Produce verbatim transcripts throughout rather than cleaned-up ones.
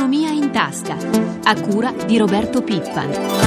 Economia in tasca, a cura di Roberto Pippan.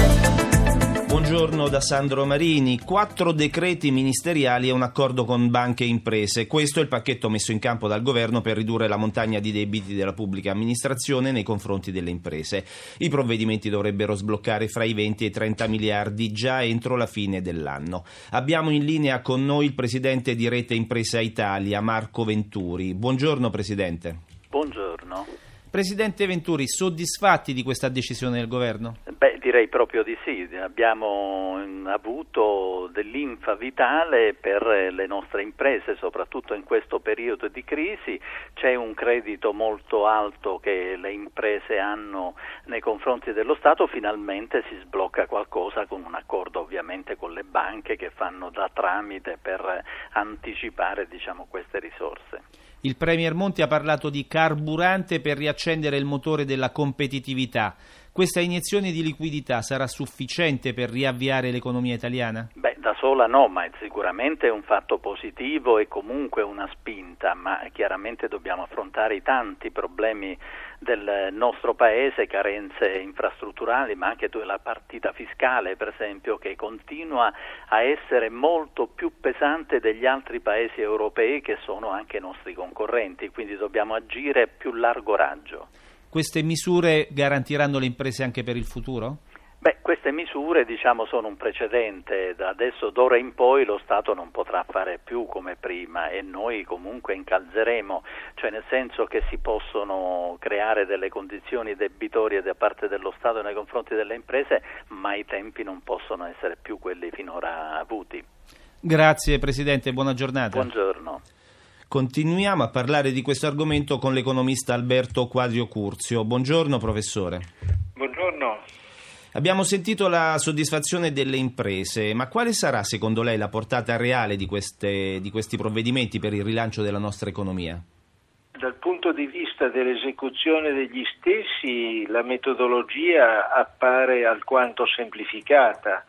Buongiorno da Sandro Marini. Quattro decreti ministeriali e un accordo con banche e imprese. Questo è il pacchetto messo in campo dal governo per ridurre la montagna di debiti della pubblica amministrazione nei confronti delle imprese. I provvedimenti dovrebbero sbloccare fra i venti e i trenta miliardi già entro la fine dell'anno. Abbiamo in linea con noi il presidente di Rete Impresa Italia, Marco Venturi. Buongiorno Presidente. Buongiorno. Presidente Venturi, soddisfatti di questa decisione del governo? Beh, direi proprio di sì. Abbiamo avuto dell'infa vitale per le nostre imprese, soprattutto in questo periodo di crisi. C'è un credito molto alto che le imprese hanno nei confronti dello Stato. Finalmente si sblocca qualcosa con un accordo ovviamente con le banche che fanno da tramite per anticipare, diciamo, queste risorse. Il Premier Monti ha parlato di carburante per riaccendere il motore della competitività. Questa iniezione di liquidità sarà sufficiente per riavviare l'economia italiana? Beh, da sola no, ma è sicuramente un fatto positivo e comunque una spinta, ma chiaramente dobbiamo affrontare i tanti problemi del nostro paese, carenze infrastrutturali, ma anche la partita fiscale, per esempio, che continua a essere molto più pesante degli altri paesi europei che sono anche nostri concorrenti, quindi dobbiamo agire a più largo raggio. Queste misure garantiranno le imprese anche per il futuro? Beh, queste misure, diciamo, sono un precedente. Da adesso, d'ora in poi, lo Stato non potrà fare più come prima e noi comunque incalzeremo, cioè nel senso che si possono creare delle condizioni debitorie da parte dello Stato nei confronti delle imprese, ma i tempi non possono essere più quelli finora avuti. Grazie Presidente, buona giornata. Buongiorno. Continuiamo a parlare di questo argomento con l'economista Alberto Quadrio Curzio. Buongiorno professore. Buongiorno. Abbiamo sentito la soddisfazione delle imprese, ma quale sarà secondo lei la portata reale di, queste, di questi provvedimenti per il rilancio della nostra economia? Dal punto di vista dell'esecuzione degli stessi, la metodologia appare alquanto semplificata,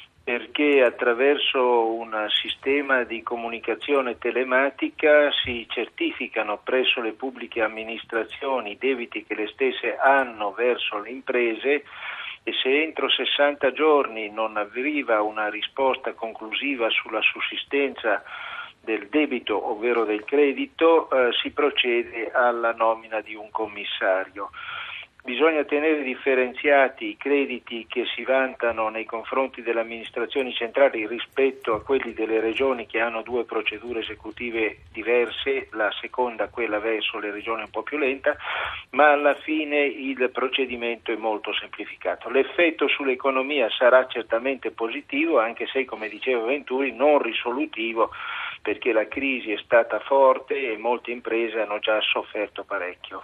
perché attraverso un sistema di comunicazione telematica si certificano presso le pubbliche amministrazioni i debiti che le stesse hanno verso le imprese e se entro sessanta giorni non arriva una risposta conclusiva sulla sussistenza del debito, ovvero del credito, eh, si procede alla nomina di un commissario. Bisogna tenere differenziati i crediti che si vantano nei confronti delle amministrazioni centrali rispetto a quelli delle regioni che hanno due procedure esecutive diverse, la seconda, quella verso le regioni, un po' più lenta, ma alla fine il procedimento è molto semplificato. L'effetto sull'economia sarà certamente positivo, anche se, come diceva Venturi, non risolutivo, perché la crisi è stata forte e molte imprese hanno già sofferto parecchio.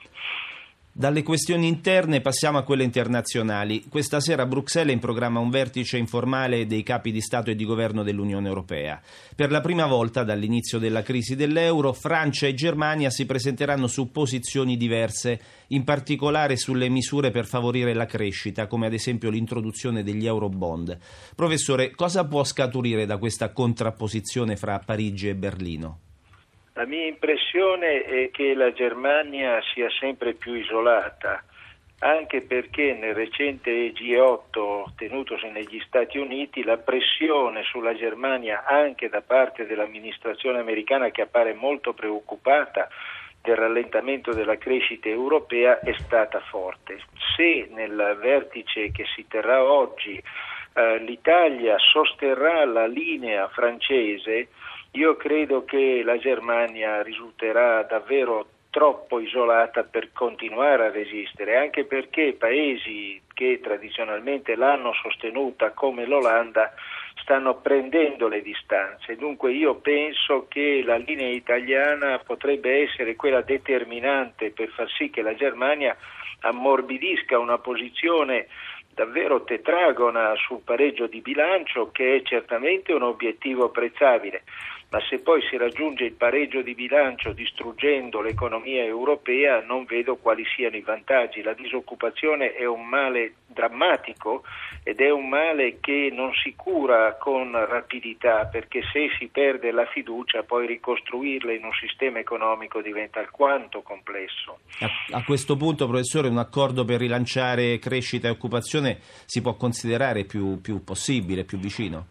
Dalle questioni interne passiamo a quelle internazionali. Questa sera a Bruxelles è in programma un vertice informale dei capi di Stato e di Governo dell'Unione Europea. Per la prima volta dall'inizio della crisi dell'euro, Francia e Germania si presenteranno su posizioni diverse, in particolare sulle misure per favorire la crescita, come ad esempio l'introduzione degli eurobond. Professore, cosa può scaturire da questa contrapposizione fra Parigi e Berlino? La mia impressione è che la Germania sia sempre più isolata, anche perché nel recente G otto tenutosi negli Stati Uniti la pressione sulla Germania anche da parte dell'amministrazione americana, che appare molto preoccupata del rallentamento della crescita europea, è stata forte. Se nel vertice che si terrà oggi eh, l'Italia sosterrà la linea francese, io credo che la Germania risulterà davvero troppo isolata per continuare a resistere, anche perché paesi che tradizionalmente l'hanno sostenuta, come l'Olanda, stanno prendendo le distanze. Dunque io penso che la linea italiana potrebbe essere quella determinante per far sì che la Germania ammorbidisca una posizione davvero tetragona sul pareggio di bilancio, che è certamente un obiettivo apprezzabile, ma se poi si raggiunge il pareggio di bilancio distruggendo l'economia europea non vedo quali siano i vantaggi. La disoccupazione è un male drammatico ed è un male che non si cura con rapidità, perché se si perde la fiducia poi ricostruirla in un sistema economico diventa alquanto complesso. A, a questo punto, professore, un accordo per rilanciare crescita e occupazione si può considerare più, più possibile, più vicino?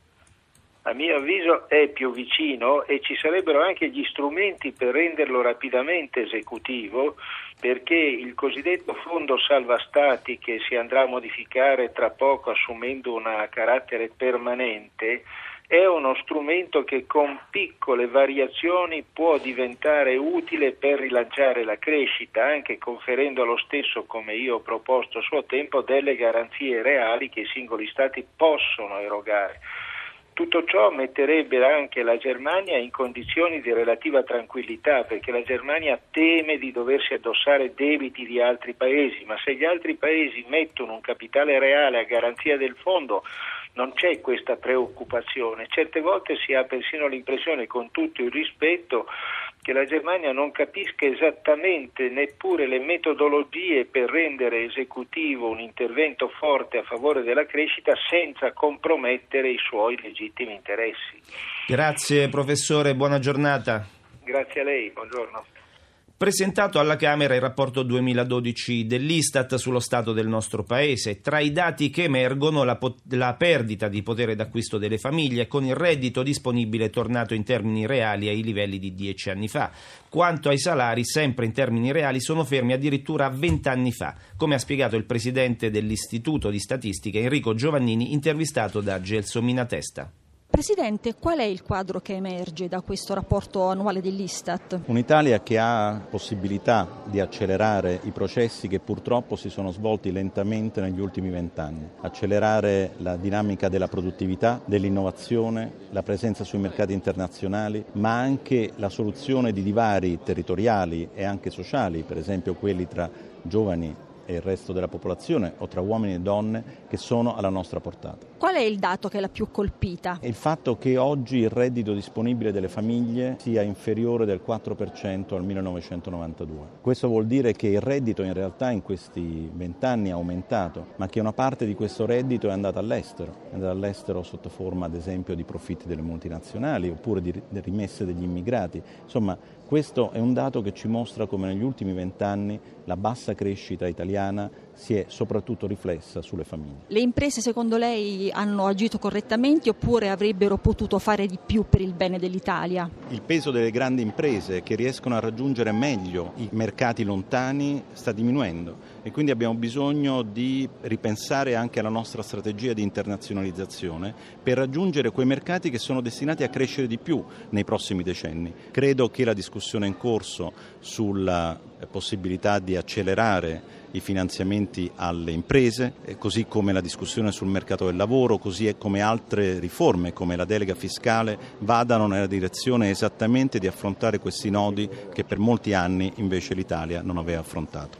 A mio avviso è più vicino e ci sarebbero anche gli strumenti per renderlo rapidamente esecutivo, perché il cosiddetto fondo salva stati, che si andrà a modificare tra poco assumendo un carattere permanente, è uno strumento che con piccole variazioni può diventare utile per rilanciare la crescita, anche conferendo allo stesso, come io ho proposto a suo tempo, delle garanzie reali che i singoli stati possono erogare. Tutto ciò metterebbe anche la Germania in condizioni di relativa tranquillità, perché la Germania teme di doversi addossare debiti di altri paesi, ma se gli altri paesi mettono un capitale reale a garanzia del fondo non c'è questa preoccupazione. Certe volte si ha persino l'impressione, con tutto il rispetto, che la Germania non capisca esattamente neppure le metodologie per rendere esecutivo un intervento forte a favore della crescita senza compromettere i suoi legittimi interessi. Grazie professore, buona giornata. Grazie a lei, buongiorno. Presentato alla Camera il rapporto duemiladodici dell'Istat sullo stato del nostro paese. Tra i dati che emergono la, pot- la perdita di potere d'acquisto delle famiglie, con il reddito disponibile tornato in termini reali ai livelli di dieci anni fa. Quanto ai salari, sempre in termini reali, sono fermi addirittura a vent'anni fa, come ha spiegato il presidente dell'Istituto di Statistica Enrico Giovannini, intervistato da Gelsomina Testa. Presidente, qual è il quadro che emerge da questo rapporto annuale dell'Istat? Un'Italia che ha possibilità di accelerare i processi che purtroppo si sono svolti lentamente negli ultimi vent'anni. Accelerare la dinamica della produttività, dell'innovazione, la presenza sui mercati internazionali, ma anche la soluzione di divari territoriali e anche sociali, per esempio quelli tra giovani e il resto della popolazione o tra uomini e donne, che sono alla nostra portata. Qual è il dato che l'ha più colpita? Il fatto che oggi il reddito disponibile delle famiglie sia inferiore del quattro per cento al millenovecentonovantadue. Questo vuol dire che il reddito in realtà in questi vent'anni è aumentato, ma che una parte di questo reddito è andata all'estero, è andata all'estero sotto forma ad esempio di profitti delle multinazionali oppure di rimesse degli immigrati. Insomma, questo è un dato che ci mostra come negli ultimi vent'anni la bassa crescita italiana si è soprattutto riflessa sulle famiglie. Le imprese secondo lei hanno agito correttamente oppure avrebbero potuto fare di più per il bene dell'Italia? Il peso delle grandi imprese che riescono a raggiungere meglio i mercati lontani sta diminuendo e quindi abbiamo bisogno di ripensare anche alla nostra strategia di internazionalizzazione per raggiungere quei mercati che sono destinati a crescere di più nei prossimi decenni. Credo che la discussione in corso sulla possibilità di accelerare i finanziamenti alle imprese, così come la discussione sul mercato del lavoro, così come altre riforme come la delega fiscale, vadano nella direzione esattamente di affrontare questi nodi che per molti anni invece l'Italia non aveva affrontato.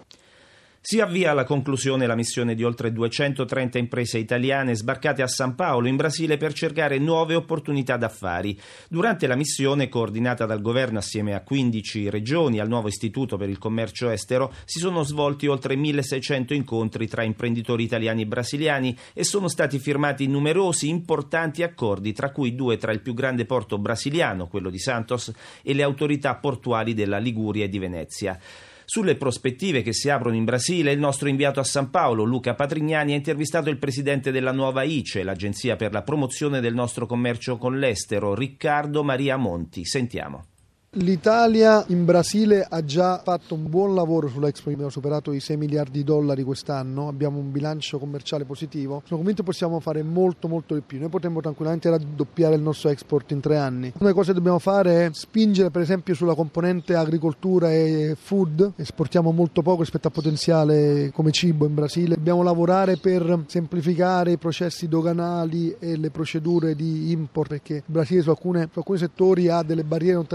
Si avvia alla conclusione la missione di oltre duecentotrenta imprese italiane sbarcate a San Paolo, in Brasile, per cercare nuove opportunità d'affari. Durante la missione, coordinata dal governo assieme a quindici regioni al nuovo Istituto per il Commercio Estero, si sono svolti oltre milleseicento incontri tra imprenditori italiani e brasiliani e sono stati firmati numerosi importanti accordi, tra cui due tra il più grande porto brasiliano, quello di Santos, e le autorità portuali della Liguria e di Venezia. Sulle prospettive che si aprono in Brasile, il nostro inviato a San Paolo, Luca Patrignani, ha intervistato il presidente della nuova I C E, l'Agenzia per la promozione del nostro commercio con l'estero, Riccardo Maria Monti. Sentiamo. L'Italia in Brasile ha già fatto un buon lavoro sull'Expo, abbiamo superato i sei miliardi di dollari quest'anno, abbiamo un bilancio commerciale positivo, sono convinto che possiamo fare molto molto di più, noi potremmo tranquillamente raddoppiare il nostro export in tre anni. Una delle cose che dobbiamo fare è spingere per esempio sulla componente agricoltura e food, esportiamo molto poco rispetto al potenziale come cibo in Brasile, dobbiamo lavorare per semplificare i processi doganali e le procedure di import, perché il Brasile su, alcune, su alcuni settori ha delle barriere non tariffarie importanti.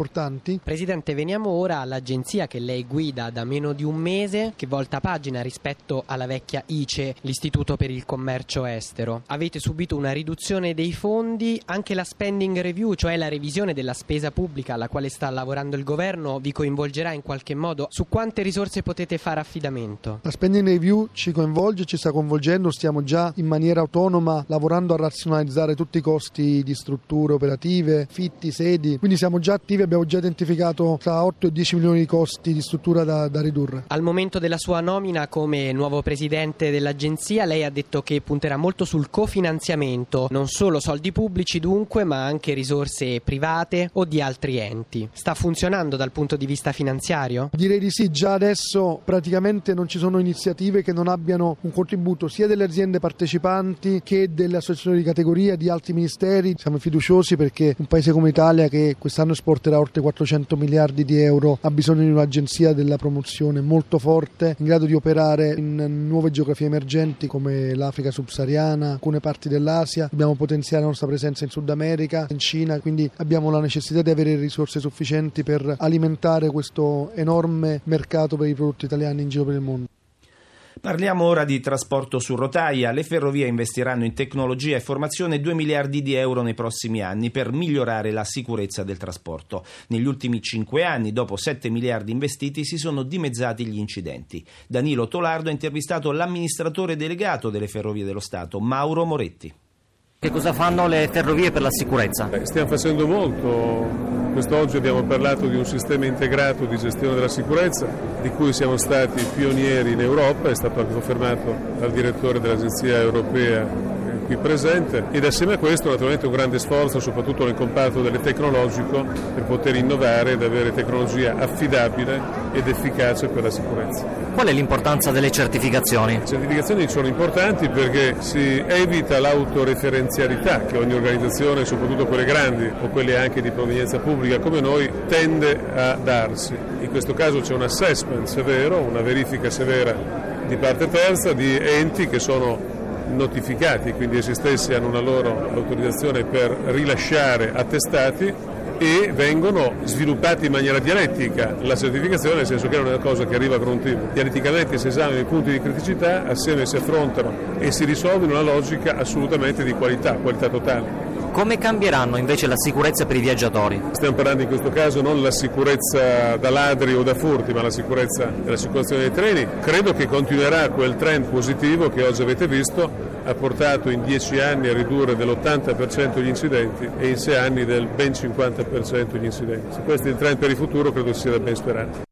importanti. Presidente, veniamo ora all'agenzia che lei guida da meno di un mese, che volta pagina rispetto alla vecchia I C E, l'Istituto per il Commercio Estero. Avete subito una riduzione dei fondi, anche la spending review, cioè la revisione della spesa pubblica alla quale sta lavorando il governo, vi coinvolgerà in qualche modo? Su quante risorse potete fare affidamento? La spending review ci coinvolge, ci sta coinvolgendo, stiamo già in maniera autonoma lavorando a razionalizzare tutti i costi di strutture operative, fitti, sedi, quindi siamo già attivi, abbiamo già identificato tra otto e dieci milioni di costi di struttura da, da ridurre. Al momento della sua nomina come nuovo presidente dell'agenzia, lei ha detto che punterà molto sul cofinanziamento, non solo soldi pubblici dunque, ma anche risorse private o di altri enti. Sta funzionando dal punto di vista finanziario? Direi di sì, già adesso praticamente non ci sono iniziative che non abbiano un contributo sia delle aziende partecipanti che delle associazioni di categoria, di altri ministeri. Siamo fiduciosi perché un paese come l'Italia, che quest'anno esporterà oltre quattrocento miliardi di euro, ha bisogno di un'agenzia della promozione molto forte, in grado di operare in nuove geografie emergenti come l'Africa subsahariana, alcune parti dell'Asia. Dobbiamo potenziare la nostra presenza in Sud America, in Cina, quindi abbiamo la necessità di avere risorse sufficienti per alimentare questo enorme mercato per i prodotti italiani in giro per il mondo. Parliamo ora di trasporto su rotaia. Le ferrovie investiranno in tecnologia e formazione due miliardi di euro nei prossimi anni per migliorare la sicurezza del trasporto. Negli ultimi cinque anni, dopo sette miliardi investiti, si sono dimezzati gli incidenti. Danilo Tolardo ha intervistato l'amministratore delegato delle Ferrovie dello Stato, Mauro Moretti. Che cosa fanno le ferrovie per la sicurezza? Beh, stiamo facendo molto. Quest'oggi abbiamo parlato di un sistema integrato di gestione della sicurezza di cui siamo stati pionieri in Europa, è stato anche confermato dal direttore dell'Agenzia Europea qui presente, ed assieme a questo naturalmente un grande sforzo soprattutto nel comparto del tecnologico per poter innovare ed avere tecnologia affidabile ed efficace per la sicurezza. Qual è l'importanza delle certificazioni? Le certificazioni sono importanti perché si evita l'autoreferenzialità che ogni organizzazione, soprattutto quelle grandi o quelle anche di provenienza pubblica come noi, tende a darsi. In questo caso c'è un assessment severo, una verifica severa di parte terza di enti che sono notificati, quindi essi stessi hanno una loro autorizzazione per rilasciare attestati e vengono sviluppati in maniera dialettica. La certificazione nel senso che non è una cosa che arriva con un team. Dialetticamente si esaminano i punti di criticità, assieme si affrontano e si risolve in una logica assolutamente di qualità, qualità totale. Come cambieranno invece la sicurezza per i viaggiatori? Stiamo parlando in questo caso non la sicurezza da ladri o da furti, ma la sicurezza della circolazione dei treni. Credo che continuerà quel trend positivo che oggi avete visto, ha portato in dieci anni a ridurre dell'ottanta per cento gli incidenti e in sei anni del ben cinquanta per cento gli incidenti. Se questo è il trend per il futuro, credo sia da ben sperare.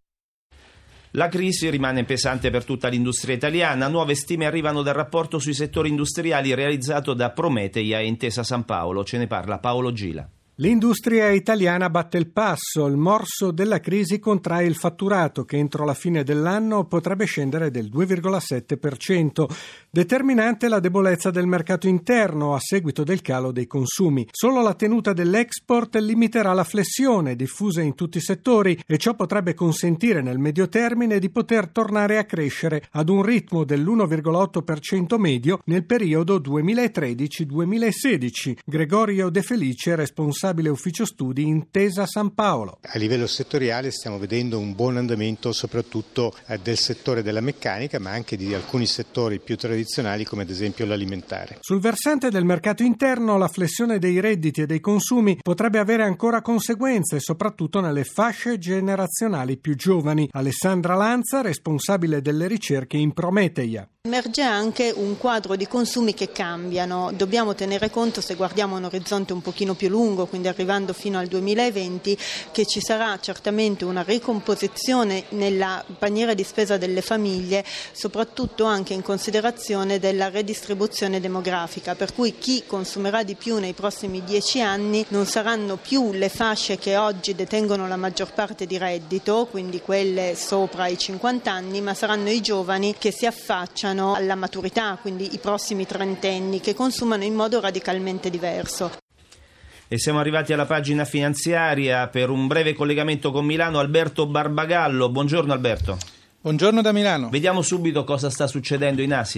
La crisi rimane pesante per tutta l'industria italiana. Nuove stime arrivano dal rapporto sui settori industriali realizzato da Prometeia e Intesa Sanpaolo. Ce ne parla Paolo Gila. L'industria italiana batte il passo, il morso della crisi contrae il fatturato che entro la fine dell'anno potrebbe scendere del due virgola sette per cento. Determinante la debolezza del mercato interno a seguito del calo dei consumi. Solo la tenuta dell'export limiterà la flessione diffusa in tutti i settori e ciò potrebbe consentire nel medio termine di poter tornare a crescere ad un ritmo dell'uno virgola otto per cento medio nel periodo duemilatredici duemilasedici. Gregorio De Felice, responsabile ufficio studi Intesa Sanpaolo. A livello settoriale stiamo vedendo un buon andamento soprattutto eh, del settore della meccanica, ma anche di alcuni settori più tradizionali come ad esempio l'alimentare. Sul versante del mercato interno la flessione dei redditi e dei consumi potrebbe avere ancora conseguenze soprattutto nelle fasce generazionali più giovani. Alessandra Lanza, responsabile delle ricerche in Prometeia. Emerge anche un quadro di consumi che cambiano. Dobbiamo tenere conto, se guardiamo un orizzonte un pochino più lungo, quindi arrivando fino al duemilaventi, che ci sarà certamente una ricomposizione nella maniera di spesa delle famiglie, soprattutto anche in considerazione della redistribuzione demografica, per cui chi consumerà di più nei prossimi dieci anni non saranno più le fasce che oggi detengono la maggior parte di reddito, quindi quelle sopra i cinquanta anni, ma saranno i giovani che si affacciano alla maturità, quindi i prossimi trentenni, che consumano in modo radicalmente diverso. E siamo arrivati alla pagina finanziaria per un breve collegamento con Milano. Alberto Barbagallo, buongiorno Alberto. Buongiorno da Milano. Vediamo subito cosa sta succedendo in Asia.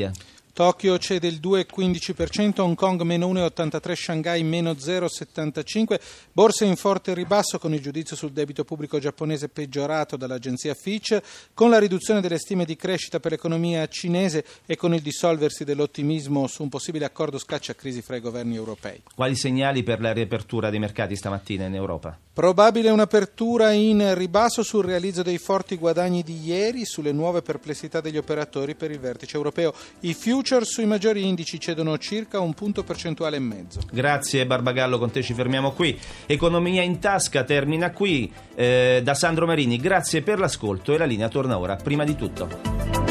Tokyo cede il due virgola quindici per cento, Hong Kong meno uno virgola ottantatré, Shanghai meno zero virgola settantacinque. Borse in forte ribasso con il giudizio sul debito pubblico giapponese peggiorato dall'agenzia Fitch, con la riduzione delle stime di crescita per l'economia cinese e con il dissolversi dell'ottimismo su un possibile accordo scacciacrisi fra i governi europei. Quali segnali per la riapertura dei mercati stamattina in Europa? Probabile un'apertura in ribasso sul realizzo dei forti guadagni di ieri, sulle nuove perplessità degli operatori per il vertice europeo. I future sui maggiori indici cedono circa un punto percentuale e mezzo. Grazie Barbagallo, con te ci fermiamo qui. Economia in tasca termina qui. Eh, da Sandro Marini, grazie per l'ascolto e la linea torna ora. Prima di tutto.